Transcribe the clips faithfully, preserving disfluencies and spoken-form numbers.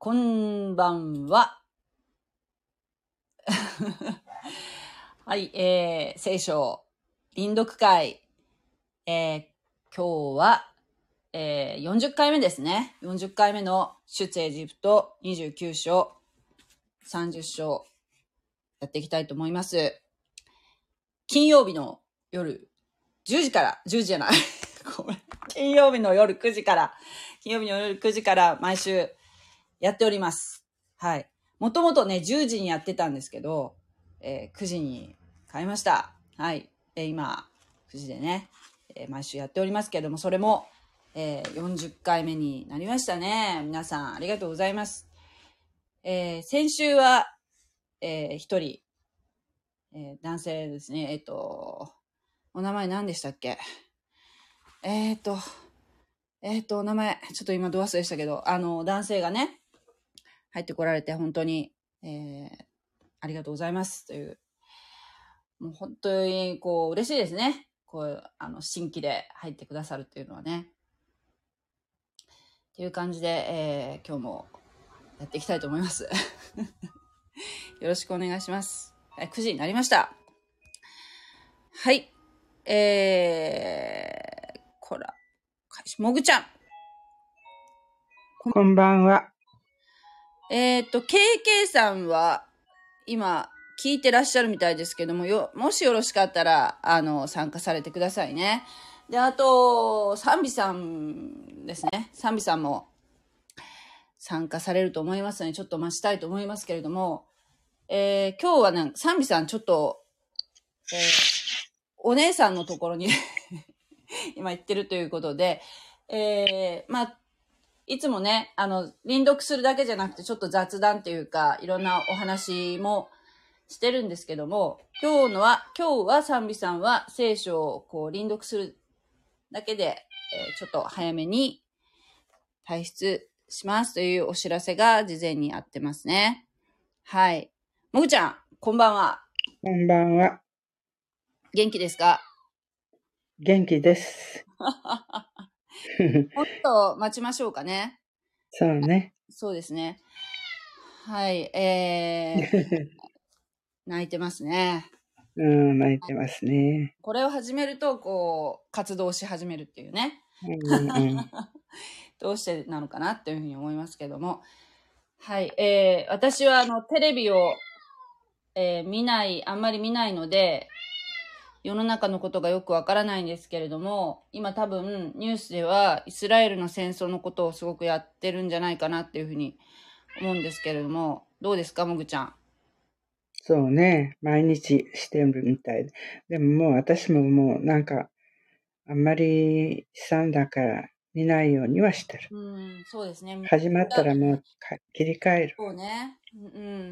こんばんは。はい、えー、聖書、臨読会、えー、今日は、えー、よんじゅっかいめですね。よんじゅっかいめの出エジプトにじゅうきゅう章、さんじゅっ章、やっていきたいと思います。金曜日の夜じゅうじから、じゅうじじゃない。ごめん。金曜日の夜くじから、金曜日の夜くじから毎週やっております。はい。もともとね、じゅうじにやってたんですけど、えー、くじに変えました。はい。で、今、くじでね、えー、毎週やっておりますけども、それも、えー、よんじゅっかいめになりましたね。皆さん、ありがとうございます。えー、先週は、えー、一人、えー、男性ですね。えっと、お名前何でしたっけ？えーと、えーと、お名前、ちょっと今、ど忘れしたけど、あの、男性がね、入ってこられて、本当に、えー、ありがとうございますという、もう本当にこう嬉しいですね。こうあの新規で入ってくださるっていうのはね。っていう感じで、えー、今日もやっていきたいと思います。よろしくお願いします。くじになりました。はい。えー、こら、もぐちゃん。 こんばんは。 えっと、ケーケー さんは今聞いてらっしゃるみたいですけども、よ、もしよろしかったら、あの、参加されてくださいね。で、あと、サンビさんですね。サンビさんも参加されると思いますので、ちょっと待ちたいと思いますけれども、えー、今日はね、サンビさんちょっと、えー、お姉さんのところに今行ってるということで、えー、まあ、いつもね、あの、臨読するだけじゃなくて、ちょっと雑談っていうか、いろんなお話もしてるんですけども、今日のは、今日はサンビさんは聖書をこう臨読するだけで、えー、ちょっと早めに退出しますというお知らせが事前にあってますね。はい。もぐちゃん、こんばんは。 こんばんは。 元気ですか？ 元気です。 もっと待ちましょうかね。 そうね。 そうですね。はい。えー、泣いてますね。 うん、泣いてますね。 これを始めると、こう、活動し始めるっていうね。 うんうん、 どうしてなのかなっていうふうに思いますけども。はい。えー、私はあの、テレビを、えー、見ない、あんまり見ないので、世の中のことがよくわからないんですけれども、今多分ニュースではイスラエルの戦争のことをすごくやってるんじゃないかなっていうふうに思うんですけれども、どうですか、もぐちゃん。 そうね。毎日してるみたいで。でももう私ももうなんか、あんまり悲惨だから見ないようにはしてる。 うん、そうですね。 始まったらもう切り替える。 そうね。うん。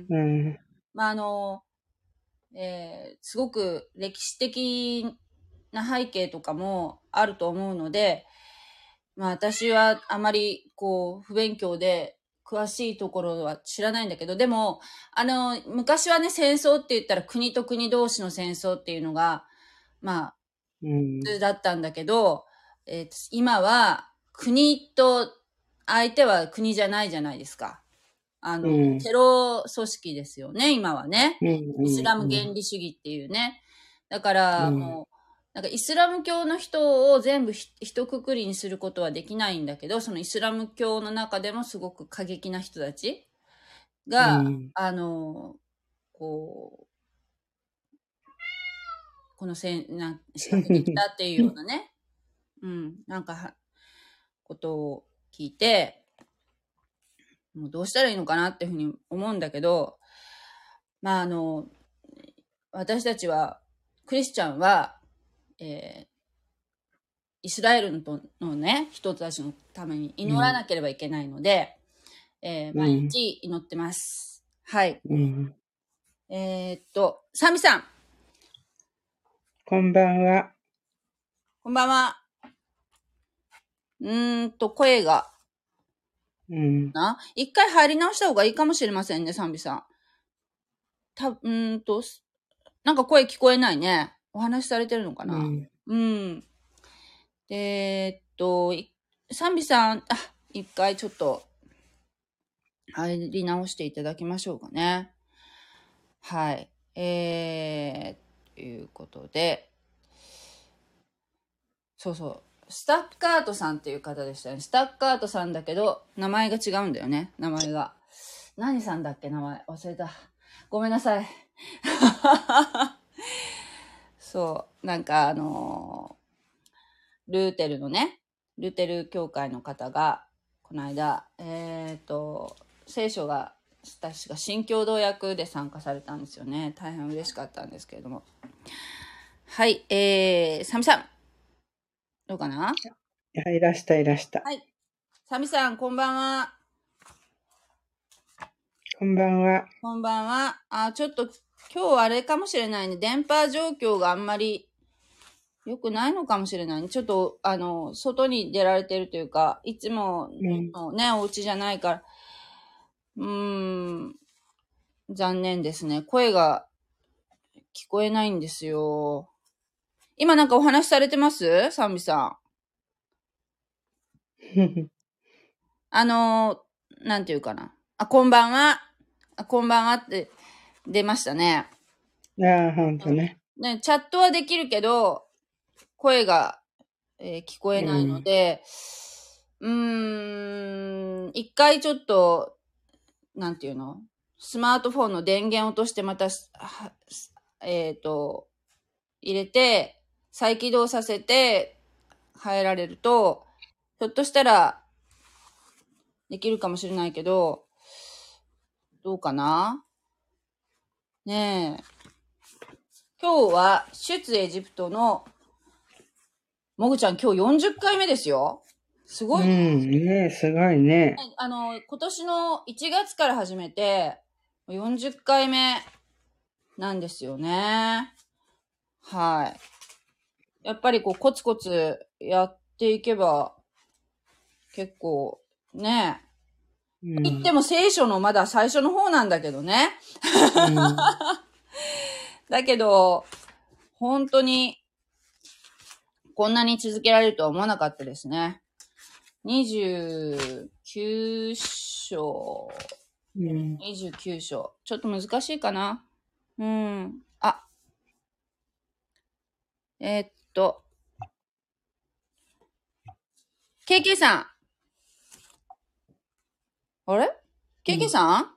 うん。 まあ、あの、えー、すごく歴史的な背景とかもあると思うので、まあ私はあまりこう不勉強で詳しいところは知らないんだけど、でも、あの、昔はね、戦争って言ったら国と国同士の戦争っていうのが、まあ、 うん、 普通だったんだけど、えー今は国と相手は国じゃないじゃないですか。あの、 うん、 テロ組織ですよね、今はね。 うん、 イスラムうん、 原理主義っていうね。だからうん、 もう、なんかイスラム教の人を全部ひ一括りにすることはできないんだけど、そのイスラム教の中でもすごく過激な人たちが、 うん、 あの、こう、このせんな仕掛けてきたっていうようなね、うん、なんかは、ことを聞いて、もうどうしたらいいのかなっていうふうに思うんだけど、まああの、私たちは、クリスチャンは、えー、イスラエルののね、人たちのために祈らなければいけないので、えー、毎日祈ってます。はい。 うん、 えー、っと、サミさん。 こんばんは。 こんばんは。うーんと、声が、 うん、 な。一回入り直した方がいいかもしれませんね、サミさん。た、うーんと、なんか声聞こえないね。お話しされてるのかな。うん。うん、えー、っと、サミさん、あ、一回ちょっと、 入り直していただきましょうかね。はい。えー、ということで、そうそう。スタッカートさんっていう方でしたね。スタッカートさんだけど、名前が違うんだよね。名前が。何さんだっけ名前。忘れた。ごめんなさい。そう。なんかあのー、ルーテルのね、ルーテル教会の方が、この間、えっと、聖書が、確か新共同訳で参加されたんですよね。大変嬉しかったんですけれども。はい、えー、サミさん。どうかな？ いらした、いらした。 はい。サミさん、こんばんは。 こんばんは。 こんばんは。あ、ちょっと今日あれかもしれないね。電波状況があんまり良くないのかもしれないね。ちょっと、あの、外に出られてるというか、いつものね、うん、お家じゃないから、うーん、残念ですね。声が聞こえないんですよ。今なんかお話しされてます？サンビさん。あの、なんていうかな。あ、こんばんは。あ、こんばんはって出ましたね。 ああ、ほんとね。 ね、チャットはできるけど、声が、えー聞こえないので、うーん、一回ちょっと、なんていうの？スマートフォンの電源を落としてまた、えっと、入れて、再起動させて入られると、ひょっとしたらできるかもしれないけど、どうかな？ねえ。今日は出エジプトのもぐちゃん、今日よんじゅっかいめですよ。すごい。 うん、ねすごいね。 あの、今年のいちがつから始めて、よんじゅっかいめなんですよね。はい。やっぱりこう、コツコツやっていけば、結構、ね。うん、言っても聖書のまだ最初の方なんだけどね。うん、だけど、本当に、こんなに続けられるとは思わなかったですね。にじゅうきゅう章。うん、にじゅうきゅう章。ちょっと難しいかな。うん。あ。えー、っと。ケーケー さん。あれ ?ケーケー さん、うん、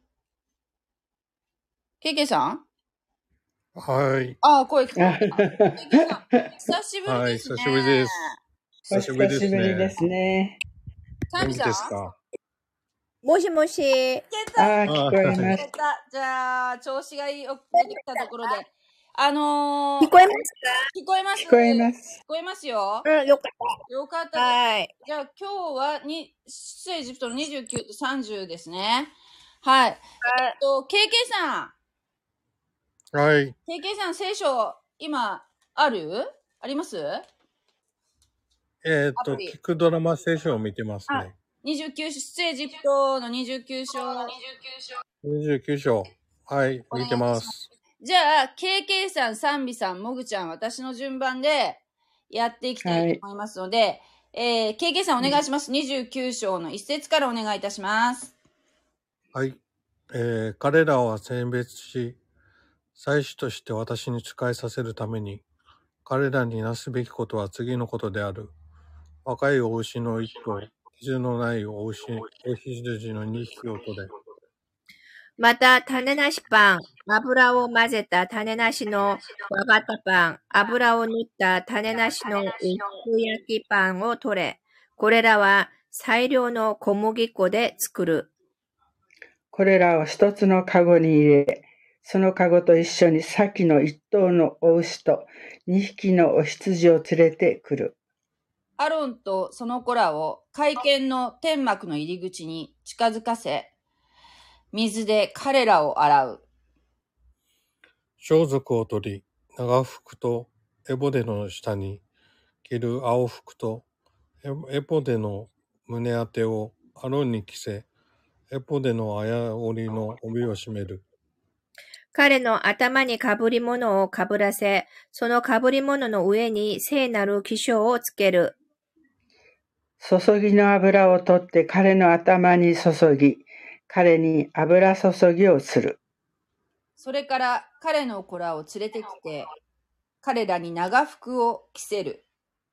ケーケー さんはい。 ああ、声聞こえた。ケーケー さん、久しぶりですね。はい、 久しぶりです。 久しぶりですね。久しぶりですね。 サミさんですか？ もしもし。 聞ああ、聞こえました。 じゃあ、調子がいい、出てきたところで。あのー、 聞こえますか？ 聞こえます。 聞こえます。 聞こえますよ。 うん、よかった。よかったです。 はい。 じゃあ、今日はに、出エジプトのにじゅうきゅうとさんじゅうですね。はい。えっと、ケーケー さん。はい。 ケーケー さん、聖書、今、ある？あります？ えー、っと、聞くドラマ聖書を見てますね。 にじゅうきゅう、出エジプトのにじゅうきゅう章。 にじゅうきゅう章。はい、見てます。 じゃあ、ケーケー さん、サンビさん、もぐちゃん、私の順番でやっていきたいと思いますので、はい、えー、ケーケー さんお願いします。にじゅうきゅう章の一節からお願いいたします。 はい。えー、彼らは選別し、祭司として私に仕えさせるために、彼らになすべきことは次のことである。若いお牛の一頭、傷のないお牛、お羊の二匹を取れ。 また、種なしパン、油を混ぜた種なしの和型パン、油を塗った種なしの薄焼きパンを取れ。これらは最良の小麦粉で作る。 これらを一つのカゴに入れ、そのカゴと一緒に先の一頭のお牛と二匹のお羊を連れてくる。 アロンとその子らを会見の天幕の入り口に近づかせ、水で彼らを洗う。 装束を取り、長服とエボデの下に着る青服とエボデの胸当てをアロンに着せ、エボデの綾織の帯を締める。 彼の頭に被り物を被らせ、その被り物の上に聖なる記章をつける。 注ぎの油を取って彼の頭に注ぎ、 彼に油注ぎをする。 それから彼の子らを連れてきて、彼らに長服を着せる。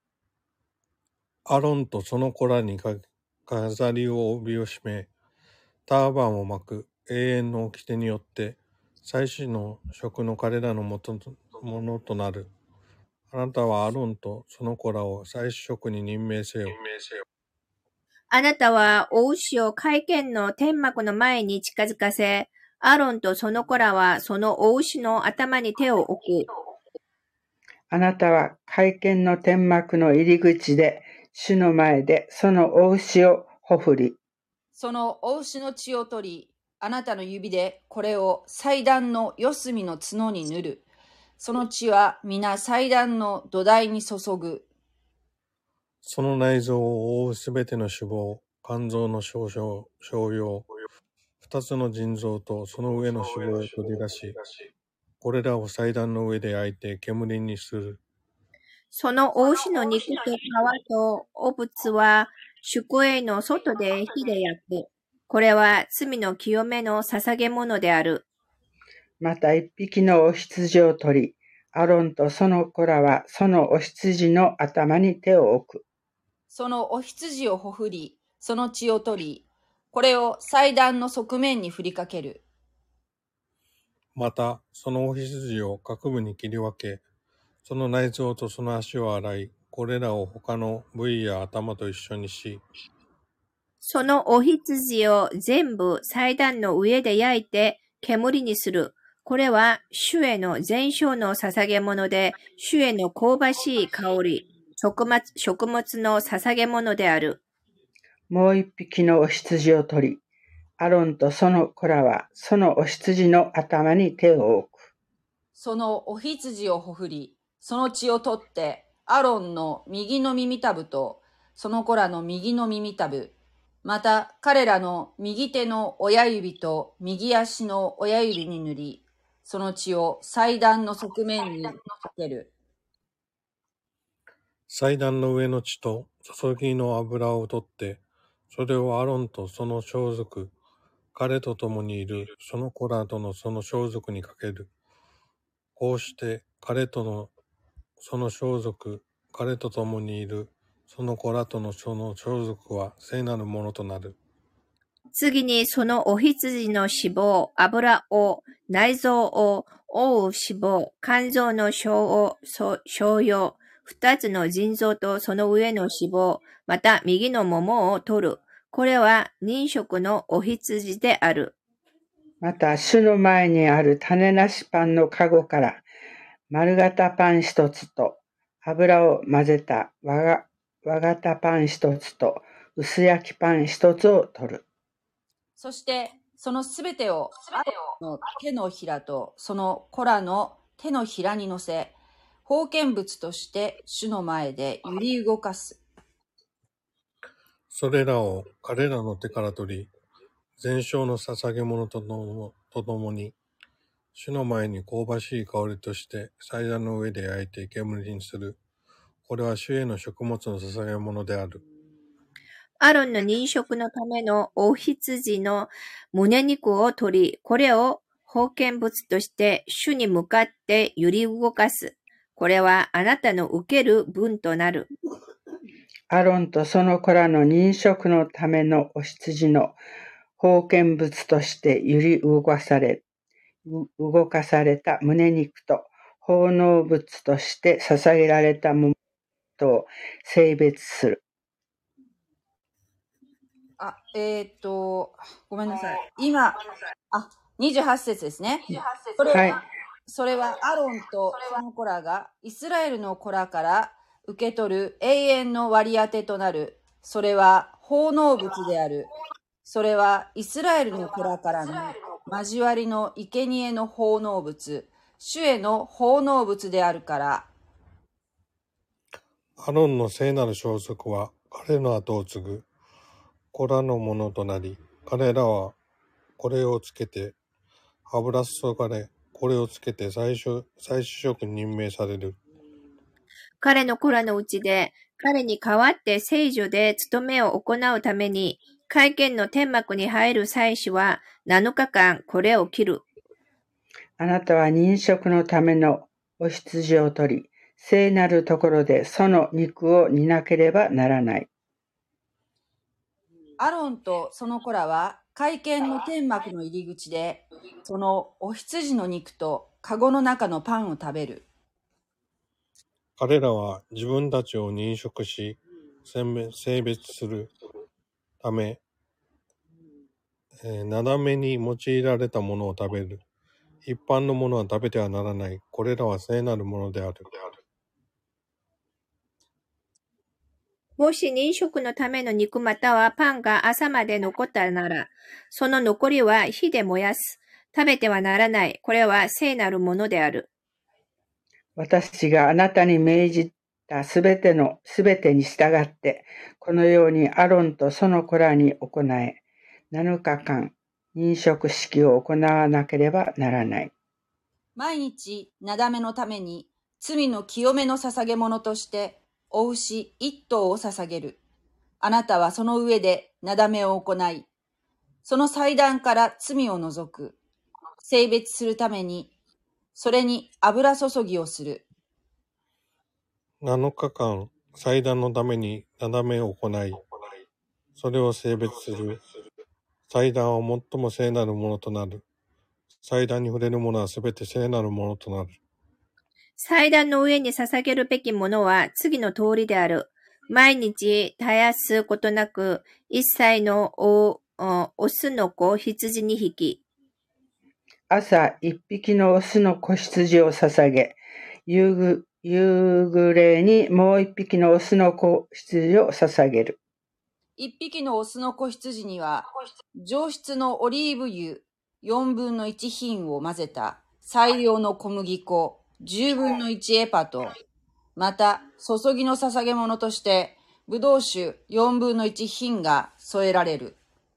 アロンとその子らにか飾りを帯を締め、ターバンを巻く永遠の掟によって、祭司の職の彼らのもとものとなる。あなたはアロンとその子らを祭司職に任命せよ。 あなたはお牛を会見の天幕の前に近づかせ、アロンとその子らはそのお牛の頭に手を置く。 あなたは会見の天幕の入り口で、主の前でそのお牛をほふり、 そのお牛の血を取り、あなたの指でこれを祭壇の四隅の角に塗る。その血は皆祭壇の土台に注ぐ。 その内臓を覆うすべての脂肪、肝臓の小小小葉、二つの腎臓とその上の脂肪を取り出し、これらを祭壇の上で焼いて煙にする。 そのお牛の肉と皮とお物は宿営の外で火で焼く。これは罪の清めの捧げ物である。 また一匹のお羊を取り、アロンとその子らはそのお羊の頭に手を置く。 そのお羊をほふり、その血を取り、これを祭壇の側面に振りかける。 また、そのお羊を各部に切り分け、その内臓とその足を洗い、これらを他の部位や頭と一緒にし、 そのお羊を全部祭壇の上で焼いて煙にする。これは主への全焼の捧げ物で、主への香ばしい香り、食物、食物の捧げ物である。 もう一匹のお羊を取り、アロンとその子らはそのお羊の頭に手を置く。 そのお羊をほふり、その血を取って、アロンの右の耳たぶと、その子らの右の耳たぶ、また彼らの右手の親指と右足の親指に塗り、その血を祭壇の側面にかける。 祭壇の上の血と注ぎの油を取って、それをアロンとその装束、彼と共にいるその子らとのその装束にかける。こうして彼とのその装束、彼と共にいるその子らとのその装束は聖なるものとなる。 次にそのお羊の脂肪、油を、内臓を覆う脂肪、肝臓の小小葉、二つの腎臓とその上の脂肪、また右の桃を取る。これは人食のお羊である。 また、主の前にある種なしパンのかごから、丸型パン一つと、油を混ぜた和が和型パン一つと、薄焼きパン一つを取る。 そして、そのすべてをアロンの手のひらとその子らの手のひらに乗せ、奉献物として主の前で揺り動かす。 それらを彼らの手から取り、全焼の捧げ物とともに、主の前に香ばしい香りとして祭壇の上で焼いて煙にする。これは主への食物の捧げ物である。 アロンの認食のためのお羊の胸肉を取り、これを奉献物として主に向かって揺り動かす。これはあなたの受ける分となる。 アロンとその子らの認食のためのお羊の奉献物として揺り動かされ、動かされた胸肉と奉納物として捧げられたものと性別する。 あ、えっ、ー、と、ごめんなさい。今、あ、にじゅうはち節ですね。それは、はい、それはアロンとその子らがイスラエルの子らから受け取る永遠の割り当てとなる。それは奉納物である。それはイスラエルの子らからの交わりの生贄の奉納物、主への奉納物であるから。 アロンの聖なる装束は彼の後を継ぐ子らのものとなり、彼らはこれをつけて油注がれ、これをつけて最初最主職に任命される。 彼の子らのうちで彼に代わって聖所で務めを行うために会見の天幕に入る祭司はなのかかんこれを切る。 あなたは認職のためのお羊を取り、聖なるところでその肉を煮なければならない。 アロンとその子らは会見の天幕の入り口で、そのお羊の肉とカゴの中のパンを食べる。 彼らは自分たちを認職し、性別するため、えー、なだめに用いられたものを食べる。一般のものは食べてはならない。これらは聖なるものである。 もし認職のための肉またはパンが朝まで残ったなら、その残りは火で燃やす。食べてはならない。これは聖なるものである。 私があなたに命じたすべてのすべてに従って、このようにアロンとその子らに行え、なのかかん、認職式を行わなければならない。 毎日、なだめのために、罪の清めの捧げ物として、お牛一頭を捧げる。あなたはその上でなだめを行い、その祭壇から罪を除く。性別するために、それに油注ぎをする。 なのかかん、祭壇のためになだめを行い、それを性別する。祭壇は最も聖なるものとなる。祭壇に触れるものはすべて聖なるものとなる。 祭壇の上に捧げるべきものは次の通りである。毎日絶やすことなく、一歳のおオスの子羊に匹。 朝一匹のオスの子羊を捧げ、夕ぐ夕暮れにもう一匹のオスの子羊を捧げる。 一匹のオスの子羊には、上質のオリーブ油四分の一品を混ぜた最良の小麦粉十分の一エパと、また注ぎの捧げ物として、ブドウ酒四分の一品が添えられる。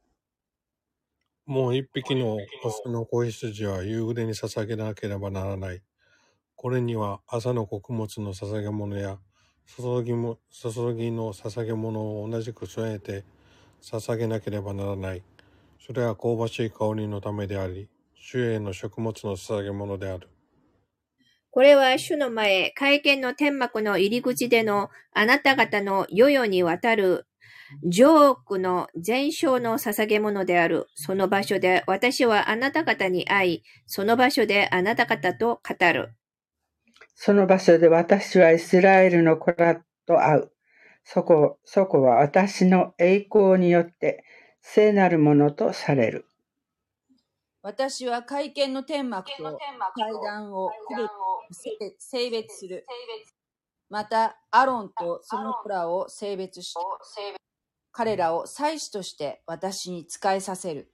もう一匹のオスの子羊は夕暮れに捧げなければならない。これには朝の穀物の捧げ物や注ぎも、注ぎの捧げ物を同じく添えて捧げなければならない。それは香ばしい香りのためであり、主への食物の捧げ物である。 これは主の前、会見の天幕の入り口でのあなた方の世々にわたるジョークの全焼の捧げ物である。その場所で私はあなた方に会い、その場所であなた方と語る。 その場所で私はイスラエルの子らと会う。そこ、そこは私の栄光によって聖なるものとされる。 私は会見の天幕と祭壇を性別する。また、アロンとその子らを性別して、彼らを祭司として私に仕えさせる。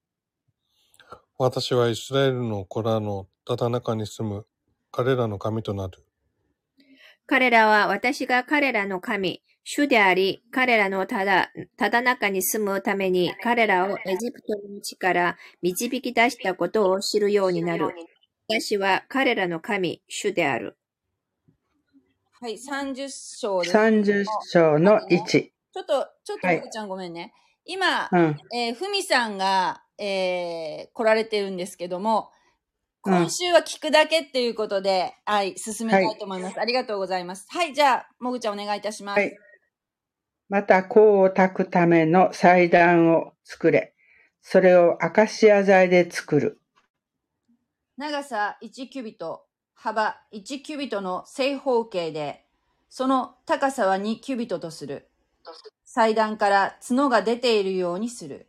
私はイスラエルの子らのただ中に住む彼らの神となる。 彼らは私が彼らの神、主であり、彼らのただ、ただ中に住むために彼らをエジプトの地から導き出したことを知るようになる。私は彼らの神、主である。 はい、さんじゅっ章です。 さんじゅっ章のいち。 ちょっと、ちょっと、ふみちゃんごめんね。今、 うん、 えー、ふみさんが、えー、来られてるんですけども、今週は聞くだけっていうことで、うん、はい、進めたいと思います、はい。ありがとうございます。はい、じゃあ、もぐちゃんお願いいたします。はい。 また、香を焚くための祭壇を作れ。それをアカシア材で作る。 長さいちキュビト、幅いちキュビトの正方形で、その高さはにキュビトとする。祭壇から角が出ているようにする。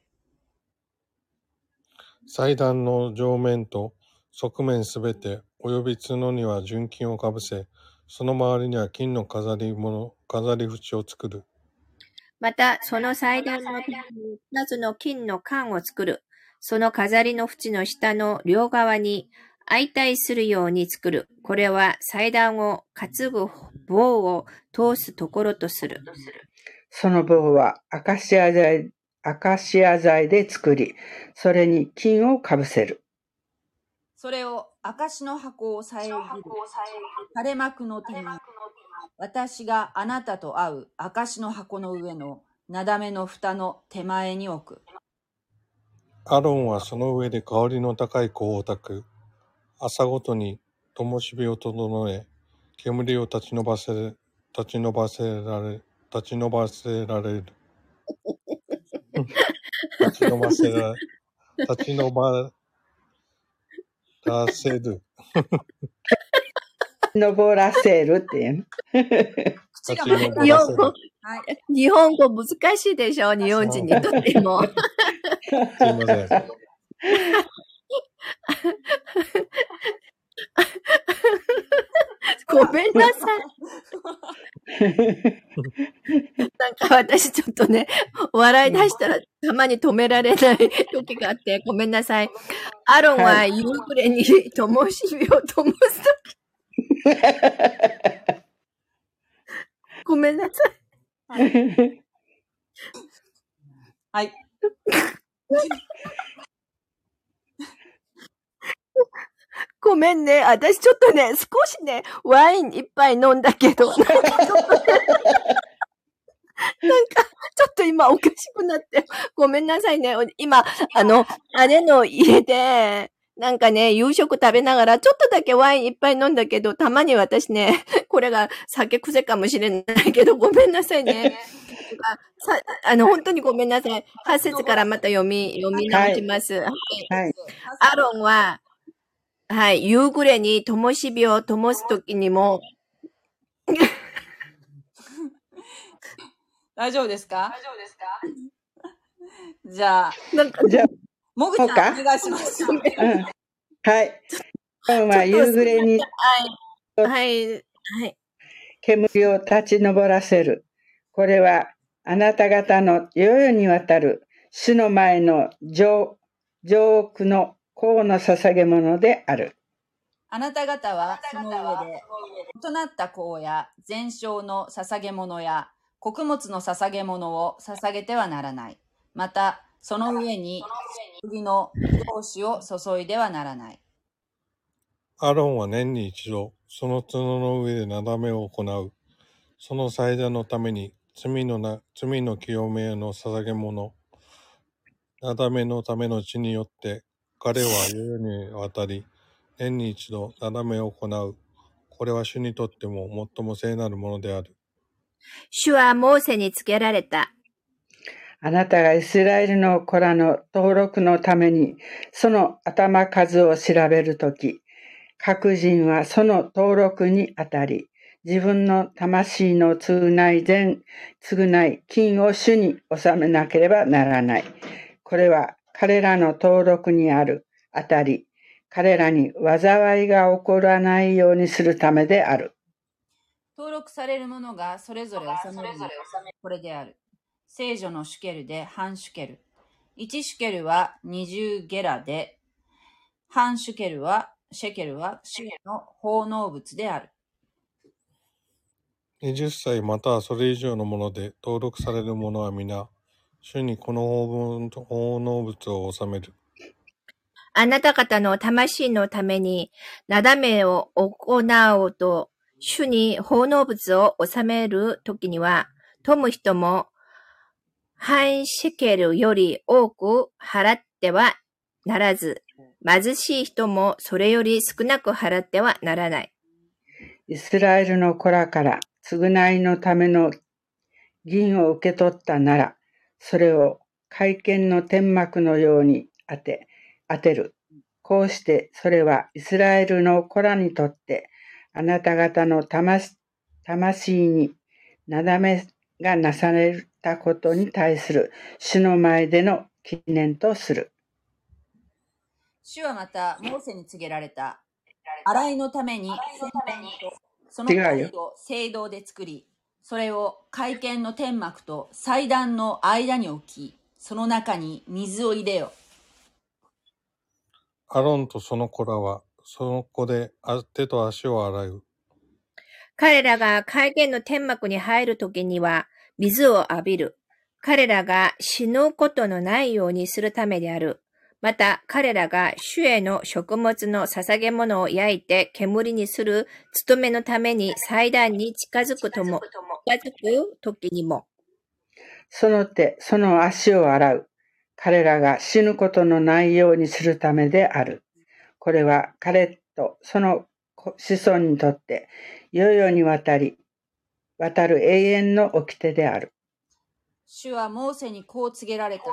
祭壇の上面と側面すべて、および角には純金をかぶせ、その周りには金の飾り物、飾り縁を作る。 また、その祭壇の二つの金の冠を作る。その飾りの縁の下の両側に相対するように作る。これは祭壇を担ぐ棒を通すところとする。 その棒はアカシア材、アカシア材で作り、それに金をかぶせる。 それを証の箱を遮る垂れ幕の手に、私があなたと会う証の箱の上のなだめの蓋の手前に置く。 アロンはその上で香りの高い香を焚く。朝ごとに灯火を整え、煙を立ち伸ばせ、立ち伸ばせられ、立ち伸ばせられる。立ち伸ばせら、立ち伸ばらせる。 登らせるっていう。 口が立ち伸ば日本語、 らせる。 はい。 日本語難しいでしょ、日本人にとっても。 すいません。 ごめんなさい。なんか私ちょっとね、笑い出したらたまに止められない時があって、ごめんなさい。アロンは夕暮れに灯火を灯すとき。ごめんなさい。 はい。 ごめんね。私ちょっとね、少しね、ワイン一杯飲んだけど、なんかちょっとね、なんかちょっと今おかしくなって、ごめんなさいね。今、あの、姉の家で、なんかね、夕食食べながら、ちょっとだけワインいっぱい飲んだけど、たまに私ね、これが酒癖かもしれないけど、ごめんなさいね。さあの、本当にごめんなさい。はち節からまた読み、読み直します。はい。 はい。 アロンは、はい、夕暮れに灯火を灯すときにも、 大丈夫ですか？大丈夫ですか？じゃあ、 なんか、 じゃあ、 もぐちゃんそうかお願いします。 うん。はい。今日は夕暮れにはい、はい、はい。 煙を立ち上らせる。これはあなた方の世々にわたる主の前の上上空の香の捧げ物である。 あなた方はその上で、異なった香や全焼の捧げ物や穀物の捧げ物を捧げてはならない。また、その上に麦の料酒を注いではならない。 アロンは年に一度、その角の上でなだめを行う。その祭壇のために、罪のな、罪の清めの捧げ物、なだめのための血によって、彼は世々にわたり、年に一度なだめを行う。これは主にとっても最も聖なるものである。 主はモーセにつけられた。 あなたがイスラエルの子らの登録のために、その頭数を調べるとき、各人はその登録にあたり、自分の魂の償い全、償い金を主に納めなければならない。これは彼らの登録にあるあたり、彼らに災いが起こらないようにするためである。 登録されるものがそれぞれ納めるのこれである。聖女のシュケルで半シュケル。いちシュケルはにじゅうゲラで、半シュケルは、シェケルは主の奉納物である。 二十歳またはそれ以上のもので登録されるものは皆、主にこの奉納物を納める。 あなた方の魂のために、なだめを行おうと、主に奉納物を納めるときには、富む人も、半シェケルより多く払ってはならず、貧しい人もそれより少なく払ってはならない。 イスラエルの子らから償いのための銀を受け取ったなら、それを会見の天幕のように当て、当てる。こうしてそれはイスラエルの子らにとって、あなた方の魂、魂になだめがなされたことに対する主の前での記念とする。 主はまたモーセに告げられた。洗いのために洗面とその台を聖堂で作り、それを会見の天幕と祭壇の間に置き、その中に水を入れよ。 アロンとその子らは、その子で手と足を洗う。 彼らが会見の天幕に入るときには、水を浴びる。彼らが死ぬことのないようにするためである。また、彼らが主への食物の捧げ物を焼いて煙にする務めのために祭壇に近づくとも、近づくときにも。 その手、その足を洗う。彼らが死ぬことのないようにするためである。これは彼とその子孫にとって世々にわたり、渡る永遠の掟である。 主はモーセにこう告げられた。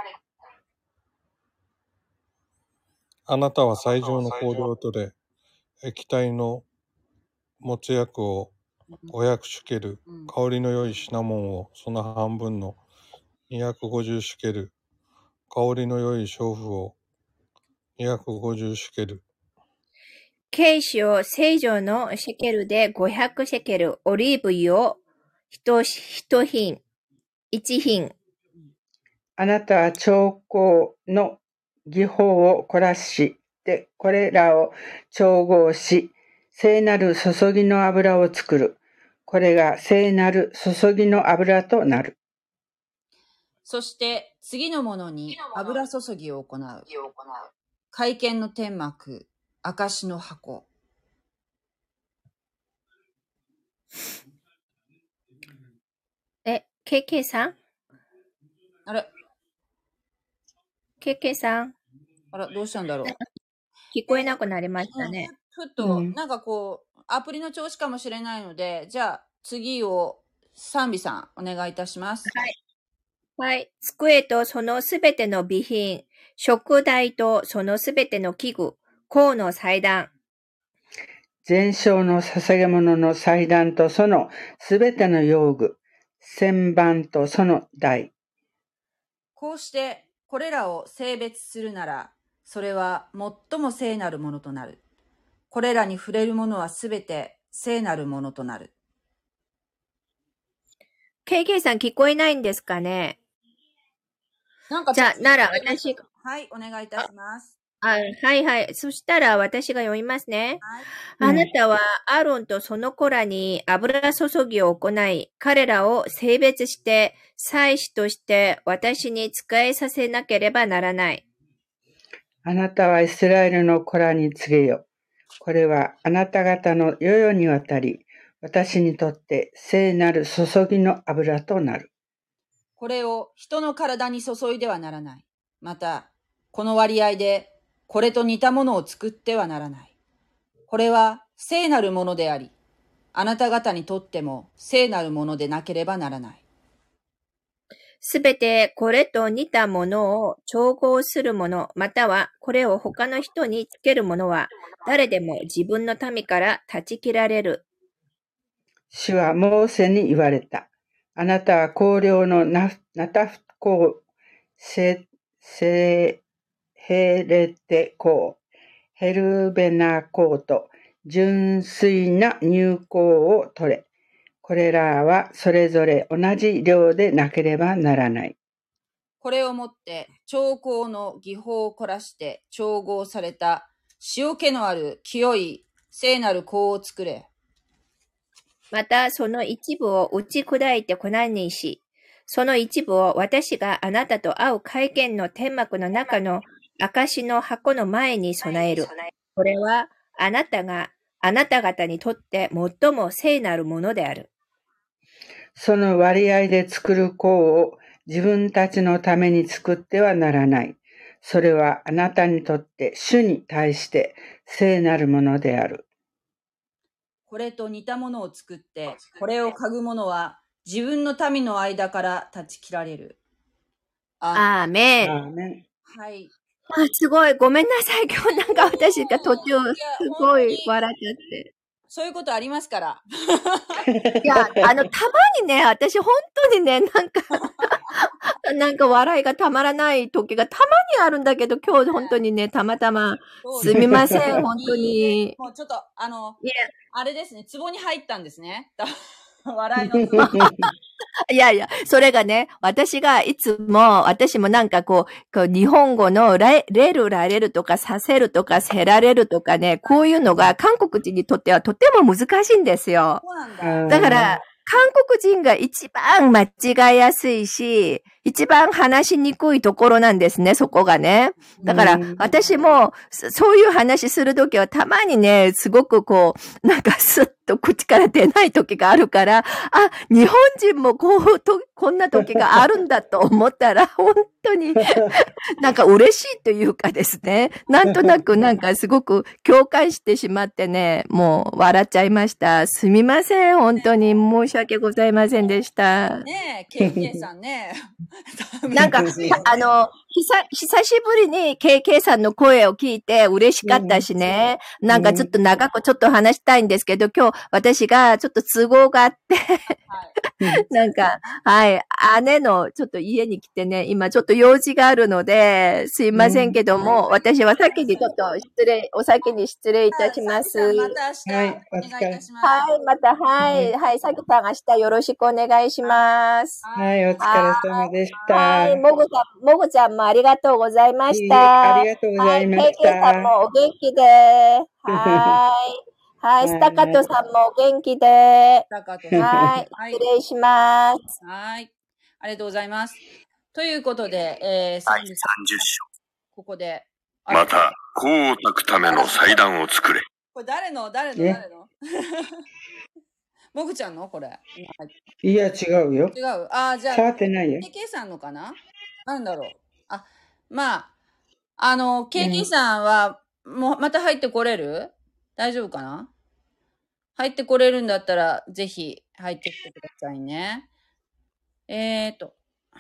あなたは最上の香料を取れ、液体の没薬をごひゃくシュケル、 うん香りの良いシナモンをその半分のにひゃくごじゅうシュケル、香りの良い娼婦をにひゃくごじゅうシュケル、 ケイシを聖女のシェケルでごひゃくシェケル、オリーブ油を一一品、一品。 あなたは調香の技法を凝らし、で、これらを調合し、聖なる注ぎの油を作る。これが聖なる注ぎの油となる。 そして次のものに油注ぎを行う。会見の天幕、証の箱。 え、ケーケー さんあれケーケー さんあら、どうしたんだろう。 聞こえなくなりましたね。 ふっと、 うんなんかこう、アプリの調子かもしれないので、じゃあ次を賛美さんお願いいたします。 はい。机とそのすべての備品、食台とそのすべての器具、甲の祭壇。 全焼の捧げ物の祭壇とそのすべての用具、旋盤とその台。 こうしてこれらを性別するなら、それは最も聖なるものとなる。これらに触れるものはすべて聖なるものとなる。 ケーケー さん聞こえないんですかね。 なんかじゃあ、なら私、 はい、お願いいたします。 あはいはい。そしたら私が読みますね。 はい。 あなたはアロンとその子らに油注ぎを行い、彼らを性別して、祭司として私に仕えさせなければならない。 あなたはイスラエルの子らに告げよ。これはあなた方の世々にわたり、私にとって聖なる注ぎの油となる。 これを人の体に注いではならない。また、この割合でこれと似たものを作ってはならない。これは聖なるものであり、あなた方にとっても聖なるものでなければならない。 すべてこれと似たものを調合するもの、またはこれを他の人につけるものは、誰でも自分の民から断ち切られる。 主はモーセに言われた。あなたは香料のナナタフ香、セセヘレテ香、ヘルベナ香と純粋な乳香を取れ。これらはそれぞれ同じ量でなければならない。 これをもって調香の技法を凝らして調合された塩気のある清い聖なる香を作れ。 またその一部を打ち砕いて粉にし、その一部を私があなたと会う会見の天幕の中の証の箱の前に備える。これはあなたがあなた方にとって最も聖なるものである。 その割合で作る香を自分たちのために作ってはならない。それはあなたにとって主に対して聖なるものである。 これと似たものを作って、これを嗅ぐ者は自分の民の間から断ち切られる。あアーメン。 アーメン。 はい。 あ、すごい。ごめんなさい。今日なんか私が途中すごい笑っちゃって。 そういうことありますから。 いや、あの、たまにね、私本当にね、なんか、なんか笑いがたまらない時がたまにあるんだけど、今日本当にね、たまたま、すみません、本当に。 もうちょっと、あの、 いや、 あれですね、壺に入ったんですね。笑いの壺。 いやいや、それがね、私がいつも、私もなんかこう、こう日本語のれるられるとかさせるとかせられるとかね、こういうのが韓国人にとってはとても難しいんですよ。 そうなんだだから、韓国人が一番間違いやすいし、一番話しにくいところなんですね、そこがね。だから、私も、そういう話するときはたまにね、すごくこう、なんかスッと口から出ない時があるから、あ、日本人もこうと、こんな時があるんだと思ったら、本当になんか嬉しいというかですね、なんとなくなんかすごく共感してしまってね、もう笑っちゃいました。すみません。本当に申し訳ございませんでした。 ねえ、ケイケイさんね。 なんか、あの、久、久しぶりに ケーケー さんの声を聞いて嬉しかったしね。なんかちょっと長くちょっと話したいんですけど、今日私がちょっと都合があって、はい、なんか、はい、姉のちょっと家に来てね、今ちょっと用事があるので、すいませんけども、うん、私は先にちょっと失礼、お先に失礼いたします。 また明日、はい、お願いいたします。 はい、また、はい、はい、さきさん明日よろしくお願いします。 はい、お疲れ様でした。 はい、もぐちゃん、もぐちゃんもありがとうございました。 ありがとうございました。はい、ケイケイさんもお元気で。はい。はい、スタカトさんもお元気で。 スタカトさん。 はい、失礼します。 はい。ありがとうございます。ということで、えー、 だいさんじゅっ章。 ここで。 また、功を焚くための祭壇を作れ。 これ誰の誰の誰のもぐちゃんのこれ。 いや、違うよ。 違う。あ、じゃあ、 触ってないよ。 ケーケー さんのかななんだろう。あ、まあ、あの、ケーケー さんは、もう、また入ってこれる？大丈夫かな？入ってこれるんだったら、ぜひ入ってきてくださいね。えーと。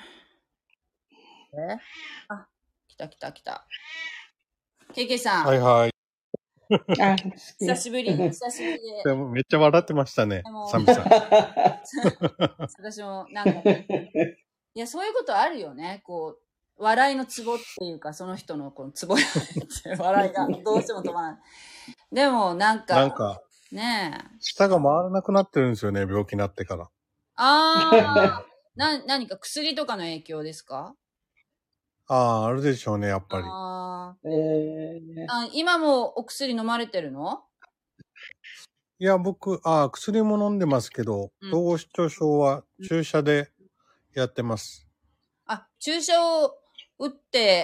えあ、来た来た来た。ケーケー さん。 はいはい。 あ、 久しぶり、久しぶりで。 でもめっちゃ笑ってましたね、サンビさん。 私もなんか、ね、いや、そういうことあるよね。こう、笑いのツボっていうか、その人のこのツボ笑いがどうしても止まらない。でもなんか、 なんか、 ねえ。 舌が回らなくなってるんですよね、病気になってから。 ああ、な、何か薬とかの影響ですか？ ああ、あるでしょうね、やっぱり。 あ、 えー、 あ、今もお薬飲まれてるの？ いや、僕、ああ、薬も飲んでますけど、うん、統合失調症は注射でやってます。 うん、あ、注射を打って、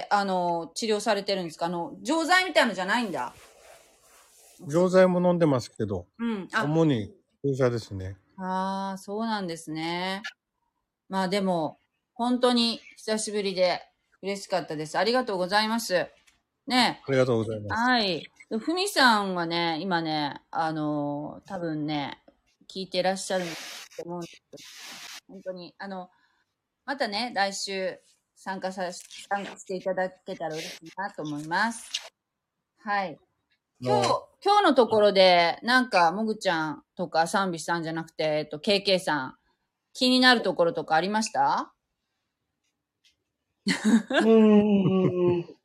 あの、治療されてるんですか？あの、錠剤みたいのじゃないんだ。 錠剤も飲んでますけど、 うん、 あ、主に注射ですね。 ああ、そうなんですね。まあでも、本当に久しぶりで嬉しかったです。ありがとうございます。ね。 ありがとうございます。 はい。ふみさんはね、今ね、あの、多分ね、聞いてらっしゃると思うんですけど、本当に、あの、またね、来週参加さ、参加していただけたら嬉しいなと思います。はい。今日、今日のところで、なんか、もぐちゃんとか、サンビさんじゃなくて、えっと、ケーケー さん、気になるところとかありました？ うーん。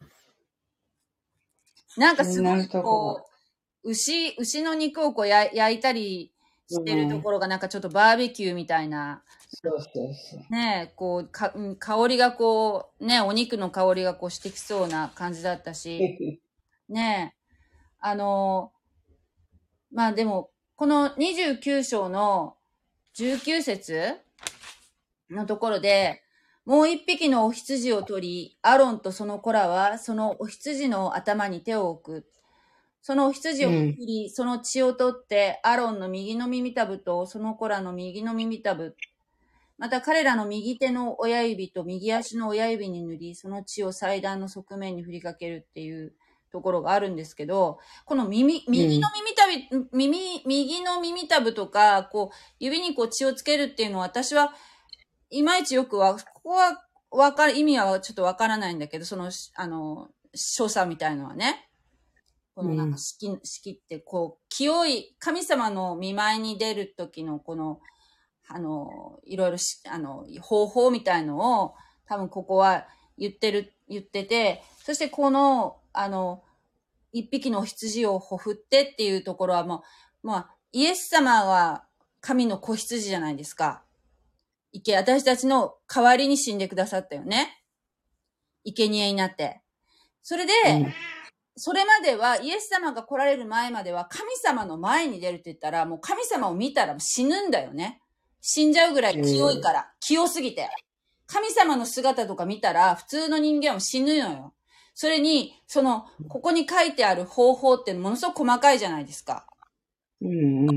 なんかすごい、こう、牛、牛の肉をこうや焼いたりしてるところが、なんかちょっとバーベキューみたいな。 そうそうそう。 ねえ、こう、か、香りがこう、ね、お肉の香りがこうしてきそうな感じだったし、ねえ。あの、まあでも、このにじゅうきゅう章のじゅうきゅう節のところで、もう一匹のお羊を取り、アロンとその子らは、そのお羊の頭に手を置く。そのお羊を切り、うん、その血を取って、アロンの右の耳たぶと、その子らの右の耳たぶ。また彼らの右手の親指と右足の親指に塗り、その血を祭壇の側面に振りかけるっていうところがあるんですけど、この耳、右の耳たび、うん、耳、右の耳たぶとか、こう、指にこう血をつけるっていうのは、私はいまいちよくは、ここはわかる、意味はちょっとわからないんだけど、その、あの、所作みたいのはね。このなんか式、式ってこう、清い、神様の見舞いに出る時のこの、あの、いろいろし、あの、方法みたいのを、多分ここは言ってる、言ってて、そしてこの、あの、一匹の羊をほふってっていうところはもう、まあ、イエス様は神の子羊じゃないですか。いけ、私たちの代わりに死んでくださったよね。生贄になって。それで、うん、それまでは、イエス様が来られる前までは、神様の前に出るって言ったら、もう神様を見たら死ぬんだよね。死んじゃうぐらい清いから、うん、清すぎて。神様の姿とか見たら、普通の人間は死ぬのよ。それに、その、ここに書いてある方法ってものすごく細かいじゃないですか。 うん、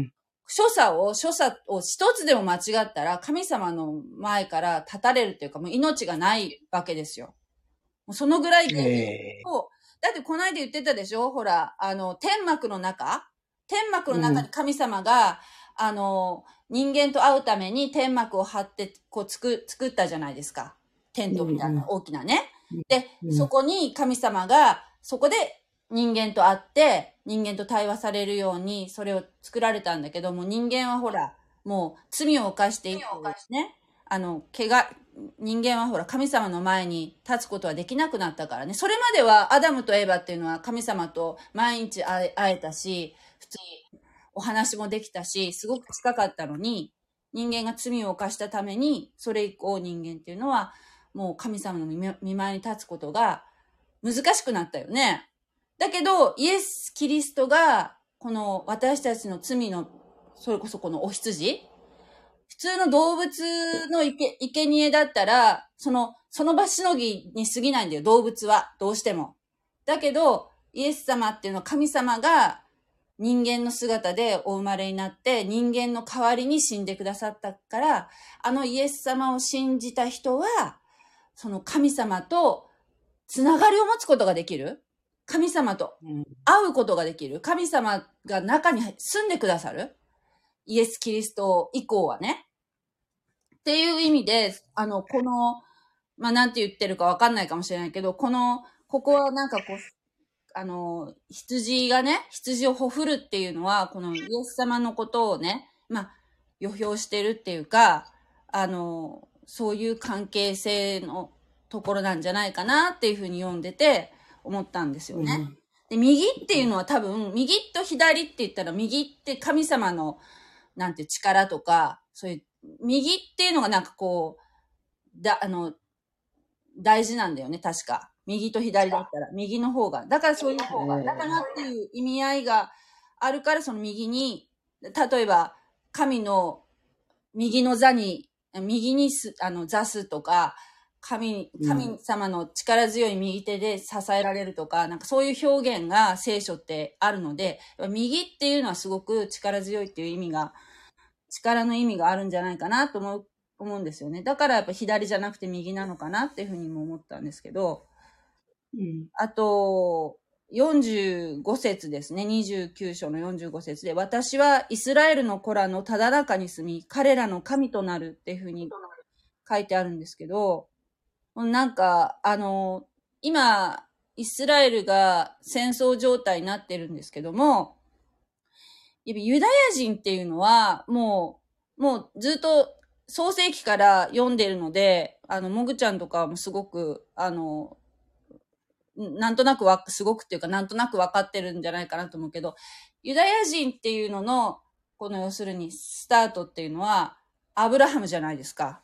所作を、所作を一つでも間違ったら、神様の前から立たれるっていうか、もう命がないわけですよ。もうそのぐらいで、 ええだってこの間言ってたでしょほら、あの、天幕の中天幕の中に神様が、うん、あの、人間と会うために天幕を張って、こう、作、作ったじゃないですか。テントみたいな、大きなね。で、うん、そこに神様が、そこで人間と会って、人間と対話されるように、それを作られたんだけども、人間はほら、もう罪を犯しているね。あの、怪我、人間はほら、神様の前に立つことはできなくなったからね。それまではアダムとエバっていうのは神様と毎日会え、会えたし、普通にお話もできたし、すごく近かったのに、人間が罪を犯したために、それ以降人間っていうのは、もう神様の見前に立つことが難しくなったよね。だけど、イエス・キリストが、この私たちの罪の、それこそこのお羊、普通の動物の生贄だったら、その、その場しのぎに過ぎないんだよ、動物は。どうしても。だけど、イエス様っていうのは神様が人間の姿でお生まれになって、人間の代わりに死んでくださったから、あのイエス様を信じた人は、その神様とつながりを持つことができる。神様と会うことができる。神様が中に住んでくださる。イエス・キリスト以降はね。っていう意味で、あの、この、まあ、なんて言ってるかわかんないかもしれないけど、この、ここはなんかこう、あの、羊がね、羊をほふるっていうのは、このイエス様のことをね、まあ、予表してるっていうか、あの、そういう関係性のところなんじゃないかなっていうふうに読んでて思ったんですよね。うん、で、右っていうのは多分、右と左って言ったら、右って神様の、なんて力とか、そういう、右っていうのがなんかこう、だ、あの、大事なんだよね、確か。右と左だったら、右の方が。だからそういう方が、だからっていう意味合いがあるから、その右に、例えば、神の右の座に、右にす、あの、座すとか、神、神様の力強い右手で支えられるとか、うん、なんかそういう表現が聖書ってあるので、右っていうのはすごく力強いっていう意味が、力の意味があるんじゃないかなと思う、思うんですよね。だからやっぱ左じゃなくて右なのかなっていうふうにも思ったんですけど、うん、あと、よんじゅうご節ですね。にじゅうきゅう章のよんじゅうご節で、私はイスラエルの子らのただ中に住み、彼らの神となるっていうふうに書いてあるんですけど、なんか、あの、今、イスラエルが戦争状態になってるんですけども、ユダヤ人っていうのは、もう、もうずっと創世記から読んでるので、あの、もぐちゃんとかもすごく、あの、なんとなくわ、すごくっていうか、なんとなくわかってるんじゃないかなと思うけど、ユダヤ人っていうのの、この要するにスタートっていうのは、アブラハムじゃないですか。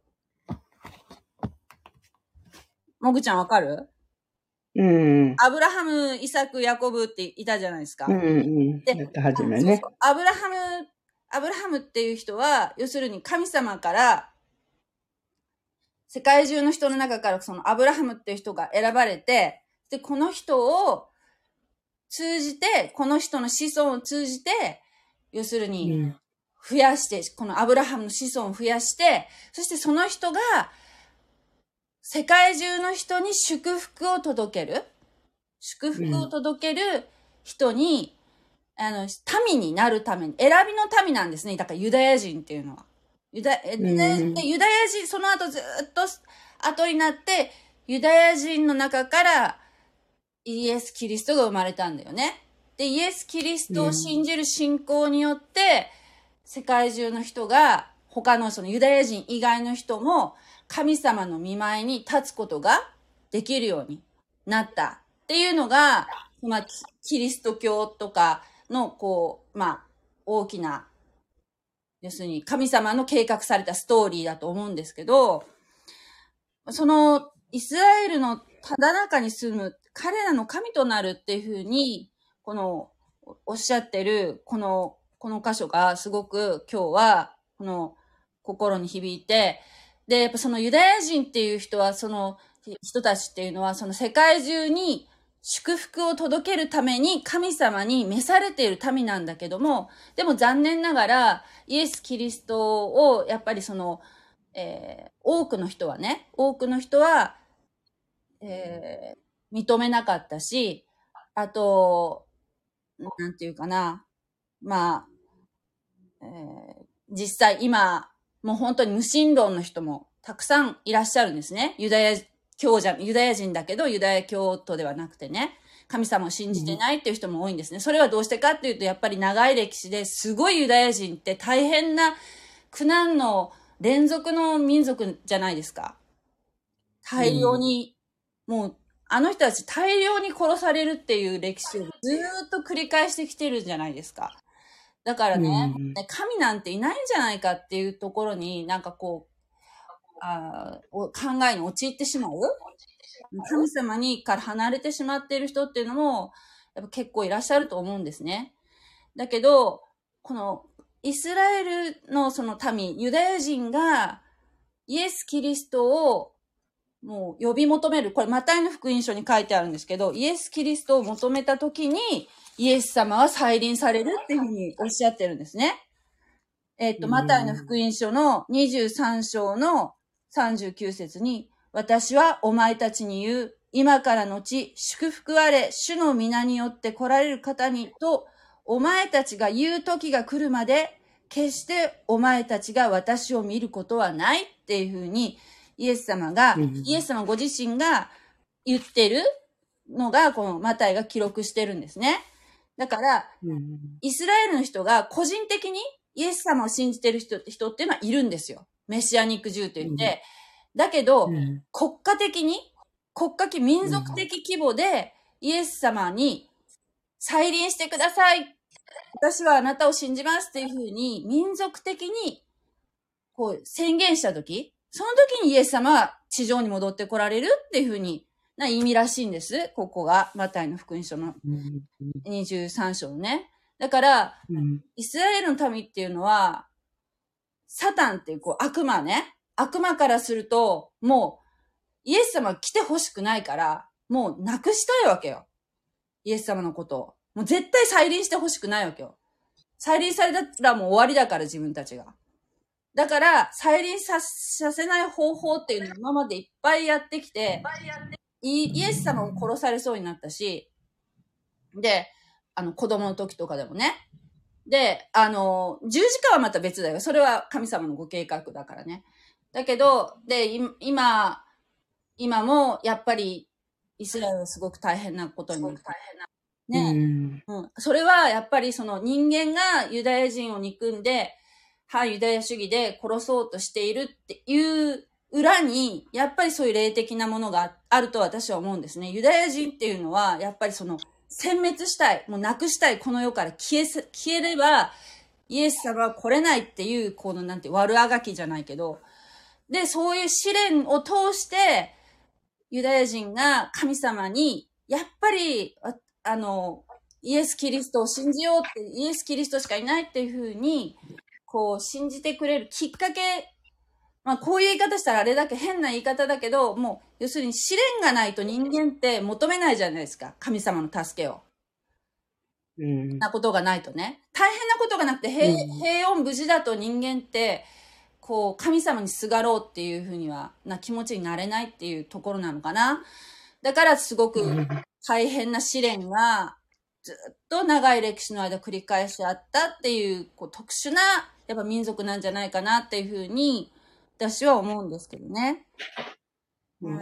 もぐちゃんわかる？うん。アブラハム、イサク、ヤコブっていたじゃないですか。うんうん。で、初めね。そうそう。アブラハム、アブラハムっていう人は、要するに神様から、世界中の人の中からそのアブラハムっていう人が選ばれて、で、この人を通じて、この人の子孫を通じて、要するに増やして、うん、このアブラハムの子孫を増やして、そしてその人が世界中の人に祝福を届ける。祝福を届ける人に、うん、あの、民になるために、選びの民なんですね。だからユダヤ人っていうのは。ユダ、ユダヤ人、ユダヤ人、その後ずっと後になって、ユダヤ人の中からイエス・キリストが生まれたんだよね。で、イエス・キリストを信じる信仰によって、世界中の人が、他のそのユダヤ人以外の人も、神様の御前に立つことができるようになったっていうのが、まあ、キリスト教とかの、こう、まあ、大きな、要するに神様の計画されたストーリーだと思うんですけど、そのイスラエルのただ中に住む彼らの神となるっていうふうに、このおっしゃってるこの、この箇所がすごく今日はこの心に響いて、で、やっぱそのユダヤ人っていう人は、その人たちっていうのは、その世界中に祝福を届けるために神様に召されている民なんだけども、でも残念ながらイエス・キリストをやっぱりその、えー、多くの人はね、多くの人は、えー、認めなかったし、あと、なんていうかな、まあ、えー、実際今、もう本当に無神論の人もたくさんいらっしゃるんですね。ユダヤ教じゃ、ユダヤ人だけどユダヤ教徒ではなくてね、神様を信じてないっていう人も多いんですね。それはどうしてかっていうと、やっぱり長い歴史ですごいユダヤ人って大変な苦難の連続の民族じゃないですか。大量に、うん、もうあの人たち大量に殺されるっていう歴史をずーっと繰り返してきてるじゃないですか。だからね、うん、神なんていないんじゃないかっていうところになんかこう、あ考えに陥ってしまう。神様にから離れてしまっている人っていうのもやっぱ結構いらっしゃると思うんですね。だけど、このイスラエルのその民、ユダヤ人がイエス・キリストをもう呼び求める。これマタイの福音書に書いてあるんですけど、イエス・キリストを求めたときにイエス様は再臨されるっていうふうにおっしゃってるんですね。えっと、マタイの福音書のにじゅうさん章のさんじゅうきゅう節に、私はお前たちに言う、今からのち祝福あれ、主の皆によって来られる方にと、お前たちが言う時が来るまで、決してお前たちが私を見ることはないっていうふうに、イエス様が、うん、イエス様ご自身が言ってるのが、このマタイが記録してるんですね。だから、うん、イスラエルの人が個人的にイエス様を信じてる人って人っていうのはいるんですよ。メシアニックジューと言って。うん、だけど、うん、国家的に、国家的民族的規模でイエス様に再臨してください。私はあなたを信じますっていうふうに民族的にこう宣言したとき、その時にイエス様は地上に戻ってこられるっていうふうにな意味らしいんです。ここがマタイの福音書のにじゅうさん章のね。だから、うん、イスラエルの民っていうのは、サタンっていうこう悪魔ね。悪魔からすると、もうイエス様来てほしくないから、もうなくしたいわけよ。イエス様のことを。もう絶対再臨してほしくないわけよ。再臨されたらもう終わりだから自分たちが。だから、再臨させない方法っていうのを今までいっぱいやってきて、イエス様も殺されそうになったし、で、あの、子供の時とかでもね。で、あの、十字架はまた別だよ。それは神様のご計画だからね。だけど、で、今、今もやっぱりイスラエルはすごく大変なことになる。ね、うんうん。それはやっぱりその人間がユダヤ人を憎んで、反ユダヤ主義で殺そうとしているっていう裏に、やっぱりそういう霊的なものがあると私は思うんですね。ユダヤ人っていうのは、やっぱりその、殲滅したい、もうなくしたい、この世から消え、消えれば、イエス様は来れないっていう、このなんて悪あがきじゃないけど、で、そういう試練を通して、ユダヤ人が神様に、やっぱり、あ、あの、イエス・キリストを信じようって、イエス・キリストしかいないっていうふうに、こう、信じてくれるきっかけ、まあ、こういう言い方したらあれだけ変な言い方だけど、もう、要するに試練がないと人間って求めないじゃないですか。神様の助けを。うん。なことがないとね。大変なことがなくて平、うん、平穏無事だと人間って、こう、神様にすがろうっていうふうには、な気持ちになれないっていうところなのかな。だからすごく大変な試練が、ずっと長い歴史の間繰り返しあったっていう、こう特殊な、やっぱ民族なんじゃないかなっていうふうに、私は思うんですけどね。うん。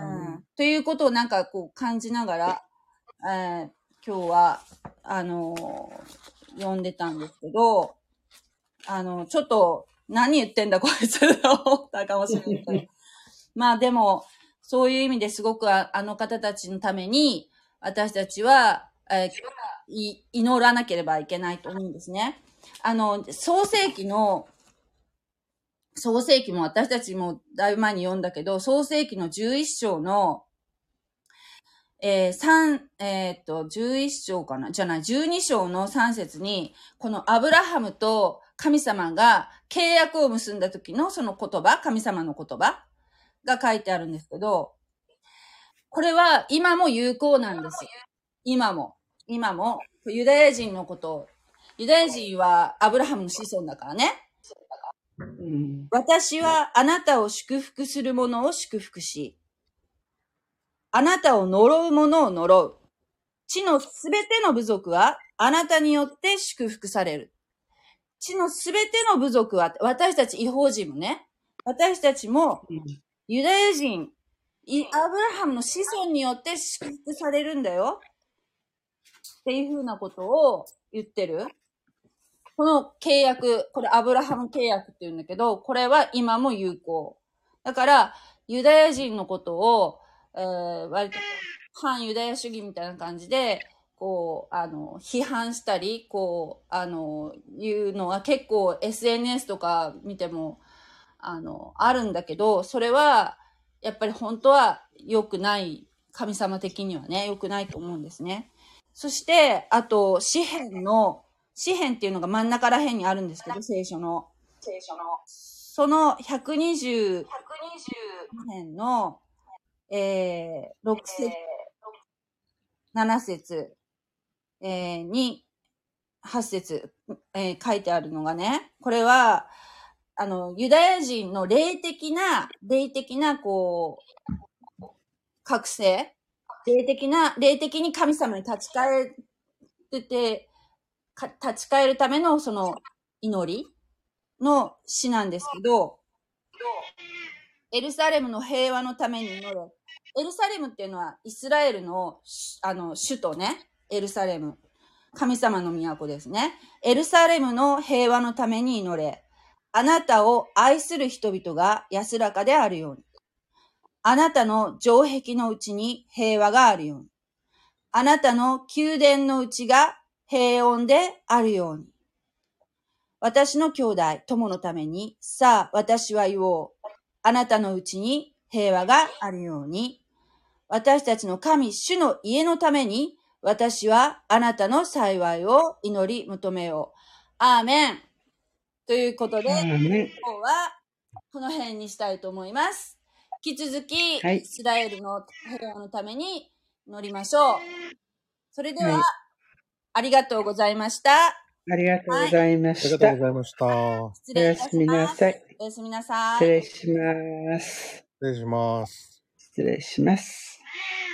ということをなんかこう感じながら、えー、今日は、あのー、読んでたんですけど、あの、ちょっと、何言ってんだこいつと思ったかもしれないけど。まあでも、そういう意味ですごく あ, あの方たちのために、私たちは、えー、い祈らなければいけないと思うんですね。あの、創世記の、創世記も私たちもだいぶ前に読んだけど、創世記のじゅういっ章の、えー、三、えー、っと、じゅういっ章かなじゃない、じゅうに章のさん節に、このアブラハムと神様が契約を結んだ時のその言葉、神様の言葉が書いてあるんですけど、これは今も有効なんです。 今も、今も、ユダヤ人のことを、ユダヤ人はアブラハムの子孫だからね。 うん、 私はあなたを祝福する者を祝福し、あなたを呪う者を呪う。地のすべての部族はあなたによって祝福される。地のすべての部族は、私たち異邦人もね、私たちもユダヤ人、アブラハムの子孫によって祝福されるんだよ。っていうふうなことを言ってる。この契約、これアブラハム契約って言うんだけど、これは今も有効。だから、ユダヤ人のことを、えー、割と反ユダヤ主義みたいな感じで、こう、あの、批判したり、こう、あの、いうのは結構 エスエヌエス とか見ても、あの、あるんだけど、それは、やっぱり本当は良くない、神様的にはね、良くないと思うんですね。そして、あと、詩篇の、詩篇っていうのが真ん中ら辺にあるんですけど、聖書の。聖書の。そのひゃくにじゅう編の、えー、ろく節、なな節、えー、に、はち節、えー、書いてあるのがね、これは、あの、ユダヤ人の霊的な、霊的な、こう、覚醒、霊的な、霊的に神様に立ち返ってて、立ち返るためのその祈りの詩なんですけど、エルサレムの平和のために祈れ。エルサレムっていうのはイスラエルの、あの、首都ね。エルサレム。神様の都ですね。エルサレムの平和のために祈れ。あなたを愛する人々が安らかであるように。あなたの城壁のうちに平和があるように。あなたの宮殿のうちが平穏であるように。私の兄弟、友のために、さあ私は言おう。あなたのうちに平和があるように。私たちの神、主の家のために、私はあなたの幸いを祈り求めよう。アーメン。ということで、今日はこの辺にしたいと思います。引き続き、はい、イスラエルの平和のために祈りましょう。それでは、はい、ありがとうございました。 ありがとうございました。 はい、ありがとうございました。 失礼いたします。 おやすみなさい。 おやすみなさい。 失礼します。 失礼します。 失礼します。